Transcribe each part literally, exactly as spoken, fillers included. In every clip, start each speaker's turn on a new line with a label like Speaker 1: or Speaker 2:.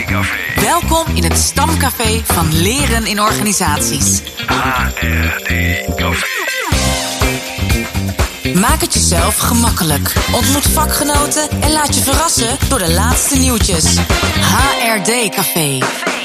Speaker 1: Café.
Speaker 2: Welkom in het Stamcafé van Leren in Organisaties.
Speaker 1: H R D Café.
Speaker 2: Maak het jezelf gemakkelijk. Ontmoet vakgenoten en laat je verrassen door de laatste nieuwtjes. H R D Café.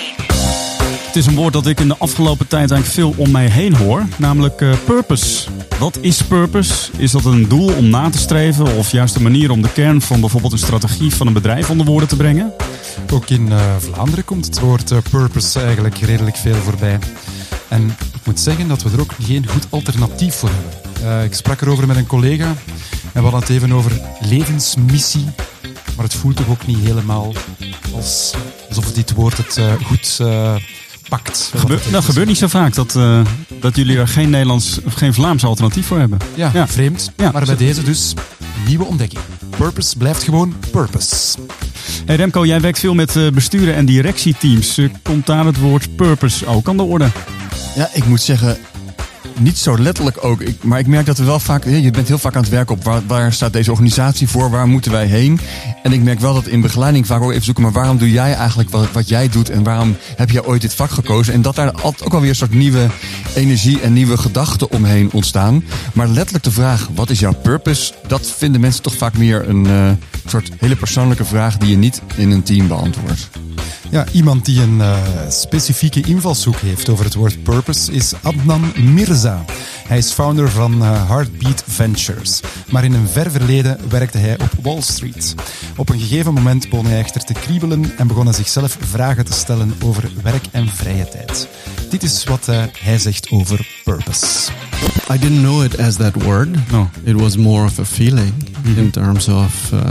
Speaker 3: Het is een woord dat ik in de afgelopen tijd eigenlijk veel om mij heen hoor. Namelijk uh, purpose. Wat is purpose? Is dat een doel om na te streven? Of juist een manier om de kern van bijvoorbeeld een strategie van een bedrijf onder woorden te brengen?
Speaker 4: Ook in uh, Vlaanderen komt het woord uh, purpose eigenlijk redelijk veel voorbij. En ik moet zeggen dat we er ook geen goed alternatief voor hebben. Uh, ik sprak erover met een collega en we hadden het even over levensmissie. Maar het voelt toch ook niet helemaal als, alsof dit woord het uh, goed uh, pakt.
Speaker 3: Gebeur, dat nou, gebeurt niet zo vaak dat, uh, dat jullie er geen Nederlands of geen Vlaams alternatief voor hebben.
Speaker 4: Ja, ja. vreemd. Ja, maar bij deze dus een nieuwe ontdekking. Purpose blijft gewoon purpose.
Speaker 3: Hey Remco, jij werkt veel met uh, besturen en directieteams. Uh, komt daar het woord purpose ook aan de orde?
Speaker 5: Ja, ik moet zeggen, niet zo letterlijk ook. Ik, maar ik merk dat we wel vaak, je bent heel vaak aan het werken op waar, waar staat deze organisatie voor, waar moeten wij heen? En ik merk wel dat in begeleiding vaak ook even zoeken, maar waarom doe jij eigenlijk wat, wat jij doet en waarom heb jij ooit dit vak gekozen? En dat daar altijd ook alweer een soort nieuwe energie en nieuwe gedachten omheen ontstaan. Maar letterlijk de vraag, wat is jouw purpose? Dat vinden mensen toch vaak meer een uh, soort hele persoonlijke vraag die je niet in een team beantwoordt.
Speaker 4: Ja, iemand die een uh, specifieke invalshoek heeft over het woord purpose is Adnan Mirza. Hij is founder van uh, Heartbeat Ventures. Maar in een ver verleden werkte hij op Wall Street. Op een gegeven moment begon hij echter te kriebelen en begon hij zichzelf vragen te stellen over werk en vrije tijd. Dit is wat uh, hij zegt over purpose.
Speaker 6: I didn't know it as that word.
Speaker 3: No.
Speaker 6: It was more of a feeling mm-hmm. in terms of, uh,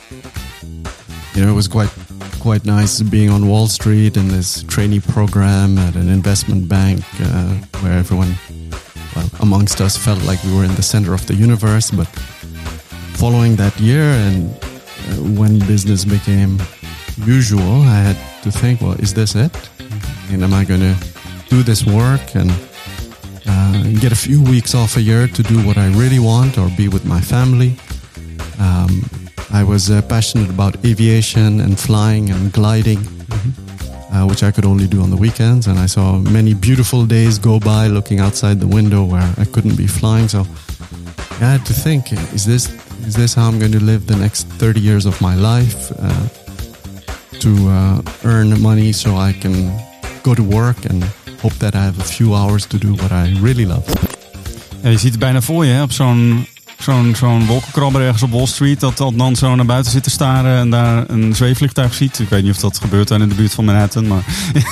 Speaker 6: you know, it was quite... quite nice being on Wall Street in this trainee program at an investment bank uh, where everyone, well, amongst us felt like we were in the center of the universe. But following that year and uh, when business became usual, I had to think, well, is this it? And am I going to do this work and uh, get a few weeks off a year to do what I really want or be with my family? Um, I was uh, passionate about aviation and flying and gliding, mm-hmm. uh, which I could only do on the weekends. And I saw many beautiful days go by looking outside the window where I couldn't be flying. So I had to think, is this is this how I'm going to live the next thirty years of my life? Uh, to uh, earn money so I can go to work and hope that I have a few hours to do what I really love.
Speaker 3: Ja, je ziet het bijna voor je, hè, op zo'n... Zo'n, zo'n wolkenkrabber ergens op Wall Street, dat Adnan zo naar buiten zit te staren en daar een zweefvliegtuig ziet. Ik weet niet of dat gebeurt daar in de buurt van Manhattan, maar...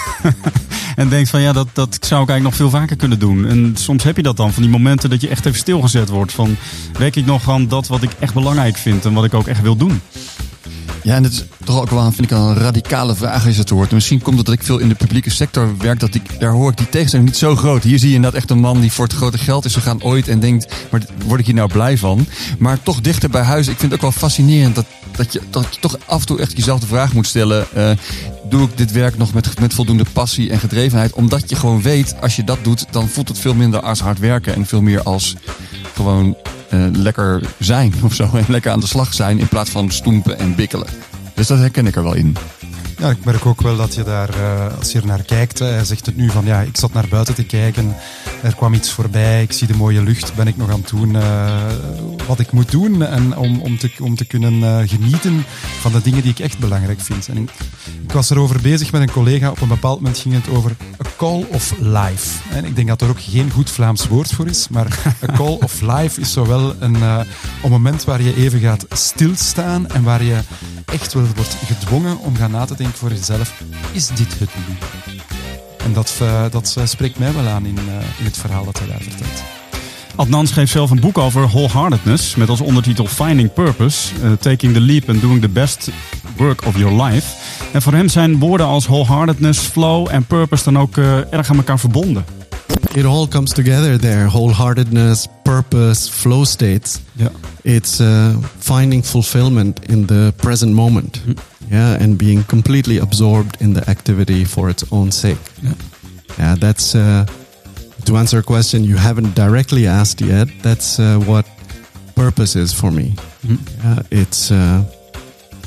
Speaker 3: en denkt van ja, dat, dat zou ik eigenlijk nog veel vaker kunnen doen. En soms heb je dat dan, van die momenten dat je echt even stilgezet wordt. Van, werk ik nog aan dat wat ik echt belangrijk vind en wat ik ook echt wil doen?
Speaker 5: Ja, en het is toch ook wel, vind ik, een radicale vraag als je het hoort. En misschien komt het dat ik veel in de publieke sector werk, dat ik, daar hoor ik die tegenstelling niet zo groot. Hier zie je inderdaad echt een man die voor het grote geld is gegaan ooit en denkt, maar word ik hier nou blij van? Maar toch dichter bij huis, ik vind het ook wel fascinerend dat, dat, je, dat je toch af en toe echt jezelf de vraag moet stellen, uh, doe ik dit werk nog met, met voldoende passie en gedrevenheid? Omdat je gewoon weet, als je dat doet, dan voelt het veel minder als hard werken en veel meer als gewoon... Uh, lekker zijn of zo. En lekker aan de slag zijn in plaats van stoempen en bikkelen. Dus dat herken ik er wel in.
Speaker 4: Ja, ik merk ook wel dat je daar, uh, als je er naar kijkt, uh, hij zegt het nu van ja, ik zat naar buiten te kijken, er kwam iets voorbij, ik zie de mooie lucht, ben ik nog aan het doen uh, wat ik moet doen en om, om, te, om te kunnen uh, genieten van de dingen die ik echt belangrijk vind. En ik, ik was erover bezig met een collega, op een bepaald moment ging het over a call of life. En ik denk dat er ook geen goed Vlaams woord voor is, maar a call of life is zowel een, uh, een moment waar je even gaat stilstaan en waar je echt wel wordt gedwongen om gaan na te denken voor jezelf, is dit het nu? En dat, uh, dat uh, spreekt mij wel aan in, uh, in het verhaal dat hij daar vertelt.
Speaker 3: Adnan schreef zelf een boek over wholeheartedness met als ondertitel Finding Purpose, uh, Taking the Leap and Doing the Best Work of Your Life. En voor hem zijn woorden als wholeheartedness, flow en purpose dan ook uh, erg aan elkaar verbonden.
Speaker 6: It all comes together there. Wholeheartedness, purpose, flow states.
Speaker 3: Yeah.
Speaker 6: It's uh, finding fulfillment in the present moment. Mm. Yeah, and being completely absorbed in the activity for its own sake.
Speaker 3: Yeah,
Speaker 6: yeah that's... Uh, to answer a question you haven't directly asked yet, that's uh, what purpose is for me.
Speaker 3: Mm.
Speaker 6: Yeah, it's... Uh,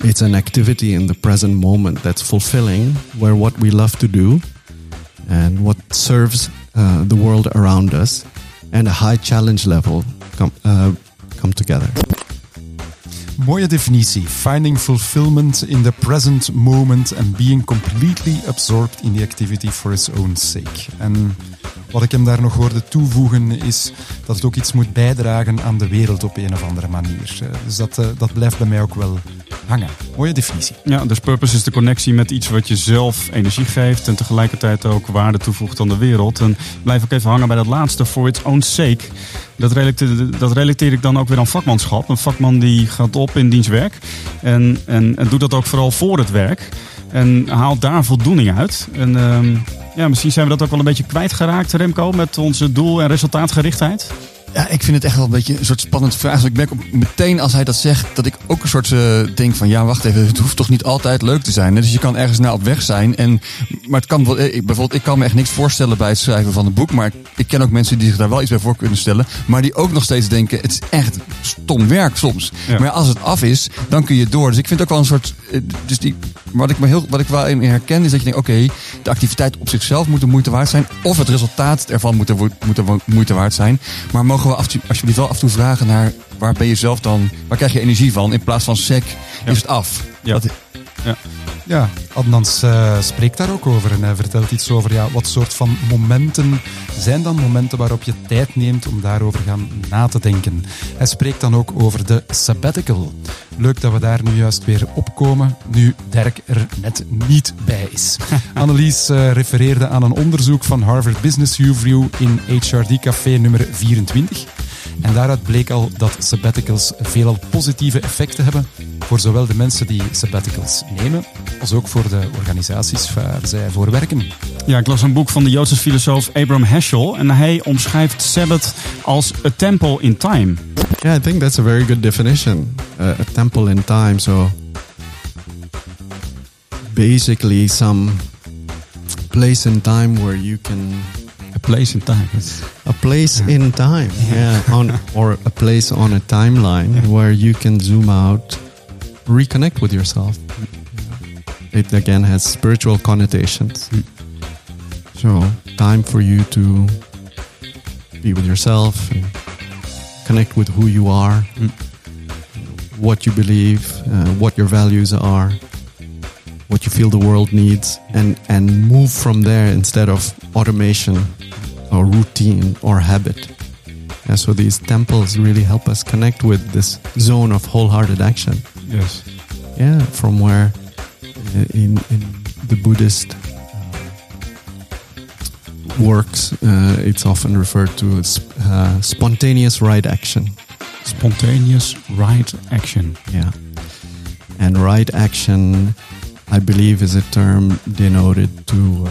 Speaker 6: It's an activity in the present moment that's fulfilling, where what we love to do and what serves uh, the world around us and a high challenge level come, uh, come together.
Speaker 4: Mooie definitie. Finding fulfillment in the present moment and being completely absorbed in the activity for its own sake. En wat ik hem daar nog hoorde toevoegen is dat het ook iets moet bijdragen aan de wereld op een of andere manier. Dus dat, uh, dat blijft bij mij ook wel hangen. Mooie definitie.
Speaker 3: Ja, dus purpose is de connectie met iets wat je zelf energie geeft en tegelijkertijd ook waarde toevoegt aan de wereld. En blijf ook even hangen bij dat laatste, for its own sake. Dat relateer, dat relateer ik dan ook weer aan vakmanschap. Een vakman die gaat op in diens werk en, en, en doet dat ook vooral voor het werk. En haalt daar voldoening uit. En um, ja, misschien zijn we dat ook wel een beetje kwijtgeraakt, Remco, met onze doel- en resultaatgerichtheid.
Speaker 5: Ja, ik vind het echt wel een beetje een soort spannend vraag. Dus ik merk op, meteen als hij dat zegt, dat ik ook een soort uh, denk van... ja, wacht even, het hoeft toch niet altijd leuk te zijn. Hè? Dus je kan ergens naar op weg zijn. En, maar het kan, ik, bijvoorbeeld, ik kan me echt niks voorstellen bij het schrijven van een boek. Maar ik, ik ken ook mensen die zich daar wel iets bij voor kunnen stellen. Maar die ook nog steeds denken, het is echt stom werk soms. Ja. Maar als het af is, dan kun je door. Dus ik vind ook wel een soort... Dus die, wat ik me heel, wat ik wel in herken is dat je denkt, oké, okay, de activiteit op zichzelf moet de moeite waard zijn. Of het resultaat ervan moet de, moet de moeite waard zijn. Maar mogen we alsjeblieft wel af en toe vragen naar waar ben je zelf dan, waar krijg je energie van? In plaats van sec ja. is het af.
Speaker 3: Ja.
Speaker 5: Dat,
Speaker 4: ja. Ja, Adnans uh, spreekt daar ook over en hij vertelt iets over ja, wat soort van momenten zijn dan momenten waarop je tijd neemt om daarover gaan na te denken. Hij spreekt dan ook over de sabbatical. Leuk dat we daar nu juist weer opkomen, nu Dirk er net niet bij is. Annelies uh, refereerde aan een onderzoek van Harvard Business Review in H R D Café nummer vierentwintig. En daaruit bleek al dat sabbaticals veelal positieve effecten hebben voor zowel de mensen die sabbaticals nemen, als ook voor de organisaties waar zij voor werken.
Speaker 3: Ja, ik las een boek van de Joodse filosoof Abraham Heschel en hij omschrijft Sabbath als a temple in time.
Speaker 6: Yeah, I think that's a very good definition. Uh, a temple in time, so basically some place in time where you can...
Speaker 3: A place in time.
Speaker 6: A place in time, yeah, on, or a place on a timeline where you can zoom out, reconnect with yourself. It again has spiritual connotations. So, time for you to be with yourself and connect with who you are, what you believe, uh, what your values are, what you feel the world needs, and, and move from there instead of automation or routine or habit. And so these temples really help us connect with this zone of wholehearted action.
Speaker 3: Yes.
Speaker 6: Yeah, from where in, in the Buddhist works, uh, it's often referred to as uh, spontaneous right action.
Speaker 3: Spontaneous right action.
Speaker 6: Yeah. And right action, I believe, is a term denoted to... Uh,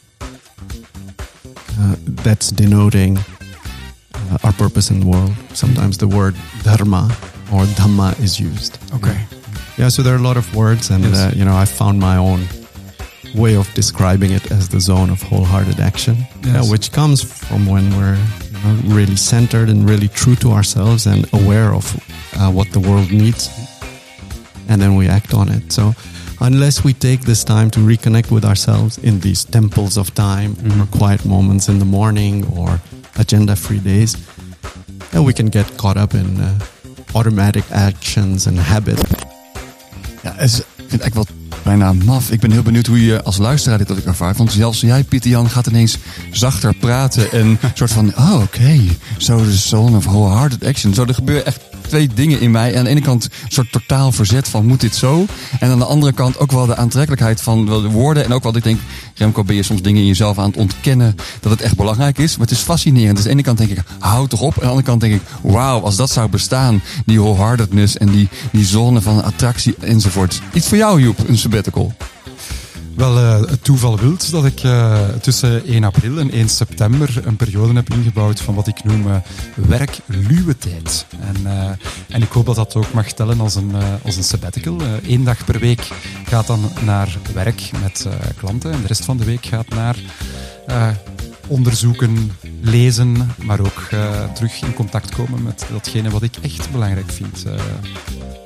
Speaker 6: Uh, that's denoting uh, our purpose in the world. Sometimes the word dharma or dhamma is used.
Speaker 3: Okay.
Speaker 6: Yeah, so there are a lot of words, and
Speaker 3: yes.
Speaker 6: uh, you know, I found my own way of describing it as the zone of wholehearted action, yes. yeah, which comes from when we're you know, really centered and really true to ourselves and aware of uh, what the world needs, and then we act on it. So. Unless we take this time to reconnect with ourselves in these temples of time, mm-hmm. or quiet moments in the morning, or agenda-free days, yeah, we can get caught up in uh, automatic actions and habits.
Speaker 5: Ja, ik vind het eigenlijk wel bijna maf. Ik ben heel benieuwd hoe je als luisteraar dit ook ervaart. Want zelfs jij, Pieter Jan, gaat ineens zachter praten. En een soort van, oh oké, okay. So the zone of wholehearted action. Zo, er gebeuren echt twee dingen in mij. Aan de ene kant een soort totaal verzet van, moet dit zo? En aan de andere kant ook wel de aantrekkelijkheid van de woorden. En ook wel, ik denk, Remco, ben je soms dingen in jezelf aan het ontkennen dat het echt belangrijk is. Maar het is fascinerend. Dus aan de ene kant denk ik, hou toch op. En aan de andere kant denk ik, wauw, als dat zou bestaan. Die wholeheartedness en die, die zone van attractie enzovoort. Iets voor jou, Joep, een sabbatical.
Speaker 4: Wel, uh, het toeval wilt dat ik uh, tussen één april en één september een periode heb ingebouwd van wat ik noem uh, werkluwe tijd. En, uh, en ik hoop dat dat ook mag tellen als een, uh, als een sabbatical. Uh, Eén dag per week gaat dan naar werk met uh, klanten en de rest van de week gaat naar uh, onderzoeken, lezen, maar ook uh, terug in contact komen met datgene wat ik echt belangrijk vind. Uh,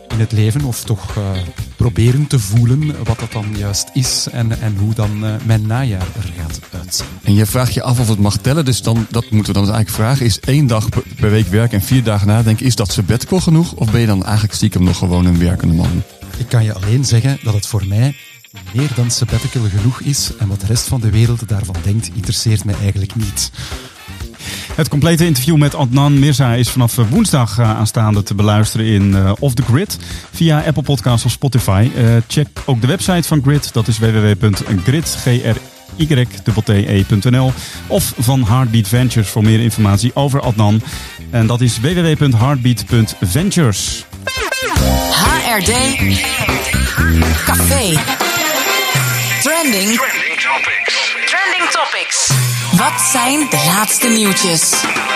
Speaker 4: in het leven, of toch uh, proberen te voelen wat dat dan juist is en, en hoe dan uh, mijn najaar er gaat uitzien.
Speaker 5: En je vraagt je af of het mag tellen, dus dan, dat moeten we dan eigenlijk vragen. Is één dag per, per week werken en vier dagen nadenken, is dat sabbatical genoeg? Of ben je dan eigenlijk stiekem nog gewoon een werkende man?
Speaker 4: Ik kan je alleen zeggen dat het voor mij meer dan sabbatical genoeg is en wat de rest van de wereld daarvan denkt, interesseert mij eigenlijk niet.
Speaker 3: Het complete interview met Adnan Mirza is vanaf woensdag aanstaande te beluisteren in uh, Off the Grid via Apple Podcasts of Spotify. Uh, check ook de website van Grid, dat is w w w punt grid punt n l of van Heartbeat Ventures voor meer informatie over Adnan. En dat is w w w punt heartbeat punt ventures.
Speaker 2: H R D Café. Trending.
Speaker 1: Trending topics.
Speaker 2: Trending topics. Wat zijn de laatste nieuwtjes?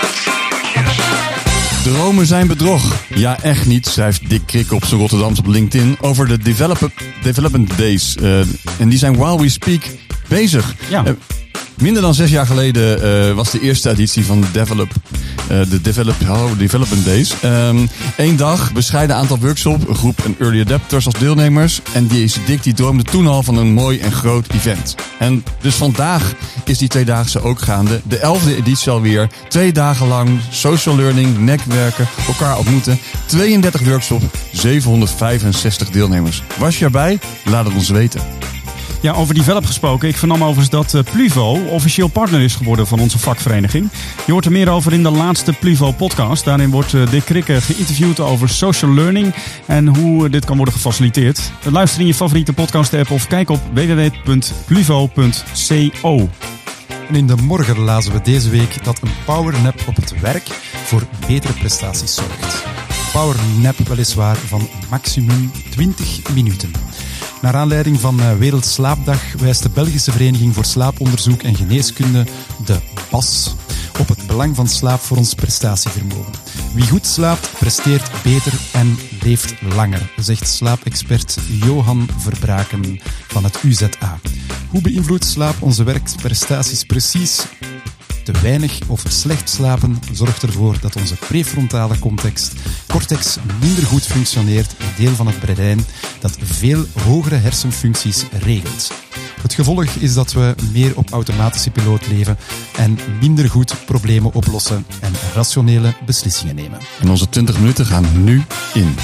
Speaker 5: Dromen zijn bedrog. Ja, echt niet, schrijft Dick Krik op zijn Rotterdams op LinkedIn over de develop- Development Days. Uh, en die zijn while we speak bezig.
Speaker 3: Ja.
Speaker 5: Uh, Minder dan zes jaar geleden uh, was de eerste editie van Develop, uh, de Develop, oh, Development Days. Um, Eén dag, bescheiden aantal workshop, een groep en early adapters als deelnemers. En deze Dick die droomde toen al van een mooi en groot event. En dus vandaag is die tweedaagse ook gaande. De elfde editie alweer. Twee dagen lang social learning, netwerken, elkaar ontmoeten. tweeëndertig workshops, zevenhonderdvijfenzestig deelnemers. Was je erbij? Laat het ons weten.
Speaker 3: Ja, over Develop gesproken. Ik vernam overigens dat uh, Pluvo officieel partner is geworden van onze vakvereniging. Je hoort er meer over in de laatste Pluvo-podcast. Daarin wordt uh, Dick Krikke geïnterviewd over social learning en hoe uh, dit kan worden gefaciliteerd. Luister in je favoriete podcast-app of kijk op w w w punt pluvo punt co.
Speaker 4: En in de morgen lazen we deze week dat een powernap op het werk voor betere prestaties zorgt. Powernap weliswaar van maximum twintig minuten. Naar aanleiding van Wereldslaapdag wijst de Belgische Vereniging voor Slaaponderzoek en Geneeskunde, de B A S, op het belang van slaap voor ons prestatievermogen. Wie goed slaapt, presteert beter en leeft langer, zegt slaapexpert Johan Verbraken van het U Z A. Hoe beïnvloedt slaap onze werkprestaties precies? Te weinig of slecht slapen zorgt ervoor dat onze prefrontale context, cortex minder goed functioneert, een deel van het brein dat veel hogere hersenfuncties regelt. Het gevolg is dat we meer op automatische piloot leven en minder goed problemen oplossen en rationele beslissingen nemen.
Speaker 5: En onze twintig minuten gaan nu in.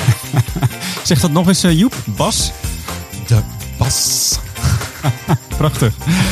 Speaker 3: Zeg dat nog eens, uh, Joep. Bas?
Speaker 4: De Bas.
Speaker 3: Prachtig.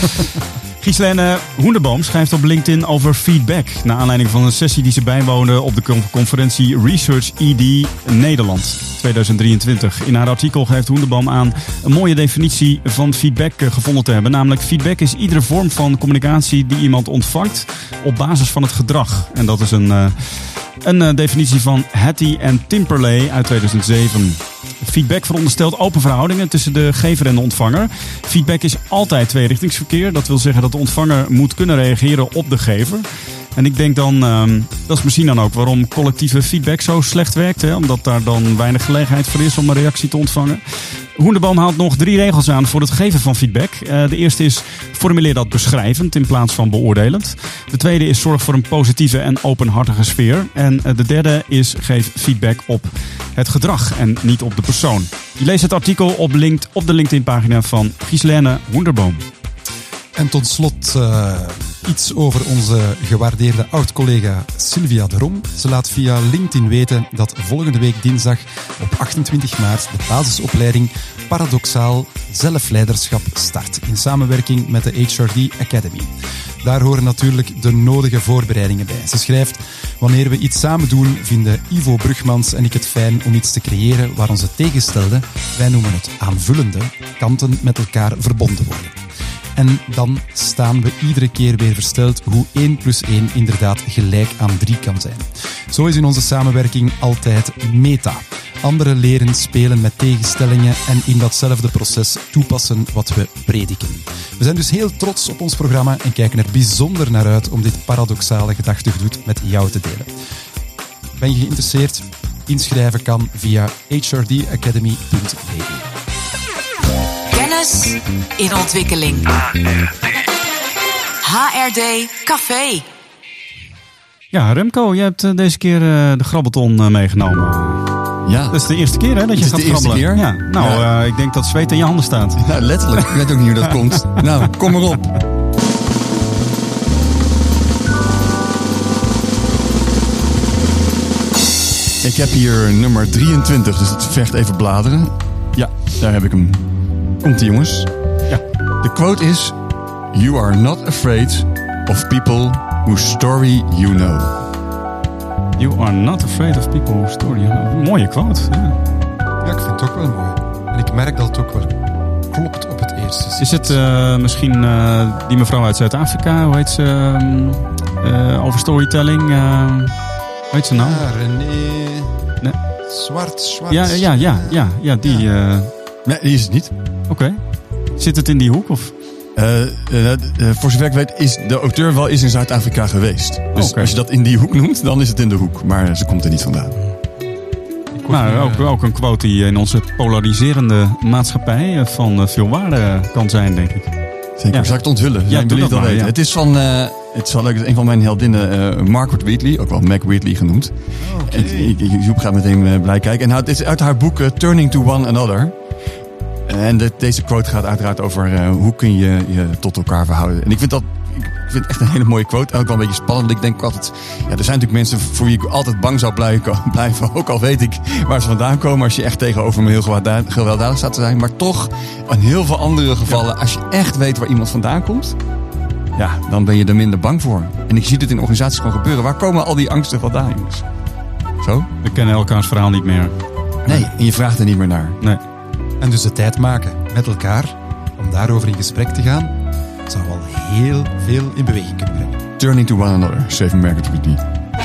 Speaker 3: Gislene Hoenderboom schrijft op LinkedIn over feedback. Naar aanleiding van een sessie die ze bijwoonde op de conferentie Research E D Nederland tweeduizend drieëntwintig. In haar artikel geeft Hoenderboom aan een mooie definitie van feedback gevonden te hebben. Namelijk, feedback is iedere vorm van communicatie die iemand ontvangt op basis van het gedrag. En dat is een, uh, een uh, definitie van Hattie en Timperley uit tweeduizend zeven. Feedback veronderstelt open verhoudingen tussen de gever en de ontvanger. Feedback is altijd tweerichtingsverkeer. Dat wil zeggen dat de ontvanger moet kunnen reageren op de gever. En ik denk dan, um, dat is misschien dan ook waarom collectieve feedback zo slecht werkt. Hè? Omdat daar dan weinig gelegenheid voor is om een reactie te ontvangen. Hoenderboom haalt nog drie regels aan voor het geven van feedback. Uh, de eerste is, formuleer dat beschrijvend in plaats van beoordelend. De tweede is, zorg voor een positieve en openhartige sfeer. En uh, de derde is, geef feedback op het gedrag en niet op de persoon. Je leest het artikel op, link, op de LinkedIn-pagina van Gislene Hoenderboom.
Speaker 4: En tot slot uh, iets over onze gewaardeerde oud-collega Sylvia de Rom. Ze laat via LinkedIn weten dat volgende week dinsdag op achtentwintig maart de basisopleiding Paradoxaal Zelfleiderschap start in samenwerking met de H R D Academy. Daar horen natuurlijk de nodige voorbereidingen bij. Ze schrijft, wanneer we iets samen doen, vinden Ivo Brugmans en ik het fijn om iets te creëren waar onze tegenstelde, wij noemen het aanvullende, kanten met elkaar verbonden worden. En dan staan we iedere keer weer versteld hoe één plus één inderdaad gelijk aan drie kan zijn. Zo is in onze samenwerking altijd meta. Anderen leren spelen met tegenstellingen en in datzelfde proces toepassen wat we prediken. We zijn dus heel trots op ons programma en kijken er bijzonder naar uit om dit paradoxale gedachtegoed met jou te delen. Ben je geïnteresseerd? Inschrijven kan via h r d academy punt b e.
Speaker 2: Kennis in ontwikkeling. H R D Café.
Speaker 3: Ja, Remco, je hebt deze keer de grabbelton meegenomen.
Speaker 5: Ja.
Speaker 3: Dat is de eerste keer hè, dat je
Speaker 5: Is
Speaker 3: gaat
Speaker 5: het de eerste
Speaker 3: grabbelen.
Speaker 5: keer?
Speaker 3: Ja. Nou,
Speaker 5: Ja.
Speaker 3: Uh, ik denk dat zweet in je handen staat.
Speaker 5: Nou, letterlijk. Ik weet ook niet hoe dat komt. Nou, kom maar op. Ik heb hier nummer drieëntwintig, dus het vergt even bladeren. Ja, daar heb ik hem. Komt-ie, jongens.
Speaker 3: Ja.
Speaker 5: De quote is: You are not afraid of people whose story you know.
Speaker 3: You are not afraid of people whose story you know. Mooie quote. Ja.
Speaker 4: Ja, ik vind het ook wel mooi. En ik merk dat het ook wel klopt op het eerste.
Speaker 3: Is het uh, misschien uh, die mevrouw uit Zuid-Afrika, hoe heet ze? Uh, over storytelling. Uh, hoe heet ze nou?
Speaker 4: Ja, René...
Speaker 3: Nee.
Speaker 4: Zwart, zwart.
Speaker 3: Ja, ja, ja, ja, ja die. Uh...
Speaker 5: Nee, die is het niet.
Speaker 3: Oké. Okay. Zit het in die hoek? Of?
Speaker 5: Uh, uh, uh, voor zover ik weet is de auteur wel eens in Zuid-Afrika geweest. Dus
Speaker 3: okay.
Speaker 5: als je dat in die hoek noemt, dan is het in de hoek. Maar ze komt er niet vandaan.
Speaker 3: Maar ook, ook een quote die in onze polariserende maatschappij van veel waarde kan zijn, denk ik.
Speaker 5: Zeker, ja. Zal ik het onthullen?
Speaker 3: Ja,
Speaker 5: ik wil het wel weten. Ja. Het is van, uh, het is wel leuk, een van mijn heldinnen, uh, Margaret Wheatley, ook wel Meg Wheatley genoemd. Okay. En, ik, ik, Joep gaat meteen uh, blij kijken. En het is uit haar boek uh, Turning to One Another. En de, deze quote gaat uiteraard over uh, hoe kun je je tot elkaar verhouden. En ik vind dat ik vind het echt een hele mooie quote. Ook wel een beetje spannend. Ik denk altijd, ja, er zijn natuurlijk mensen voor wie ik altijd bang zou blijven. Ook al weet ik waar ze vandaan komen. Als je echt tegenover me heel gewelddadig staat te zijn. Maar toch, in heel veel andere gevallen, als je echt weet waar iemand vandaan komt, ja, dan ben je er minder bang voor. En ik zie dit in organisaties gewoon gebeuren. Waar komen al die angsten vandaan, jongens? Zo?
Speaker 3: We kennen elkaars verhaal niet meer.
Speaker 5: Nee, en je vraagt er niet meer naar.
Speaker 3: Nee.
Speaker 4: En dus de tijd maken met elkaar om daarover in gesprek te gaan, zou wel heel veel in beweging kunnen brengen.
Speaker 5: Turning to One Another, schreef Margaret Wheatley.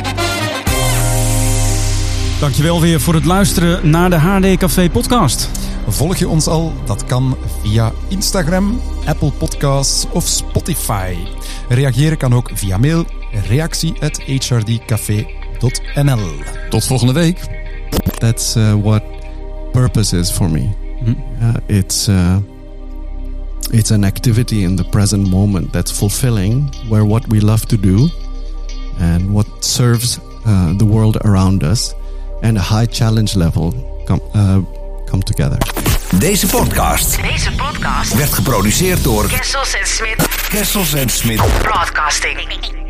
Speaker 3: Dankjewel weer voor het luisteren naar de H D Café podcast.
Speaker 4: Volg je ons al? Dat kan via Instagram, Apple Podcasts of Spotify. Reageren kan ook via mail, reactie at h r d café dot n l.
Speaker 5: Tot volgende week.
Speaker 6: That's uh, what purpose is for me. Mm-hmm. Uh, it's uh, it's an activity in the present moment that's fulfilling, where what we love to do and what serves uh, the world around us and a high challenge level come uh, come together.
Speaker 1: Deze podcast,
Speaker 2: Deze podcast
Speaker 1: werd geproduceerd door
Speaker 2: Kessels en Smit
Speaker 1: Kessels en Smit
Speaker 2: Broadcasting.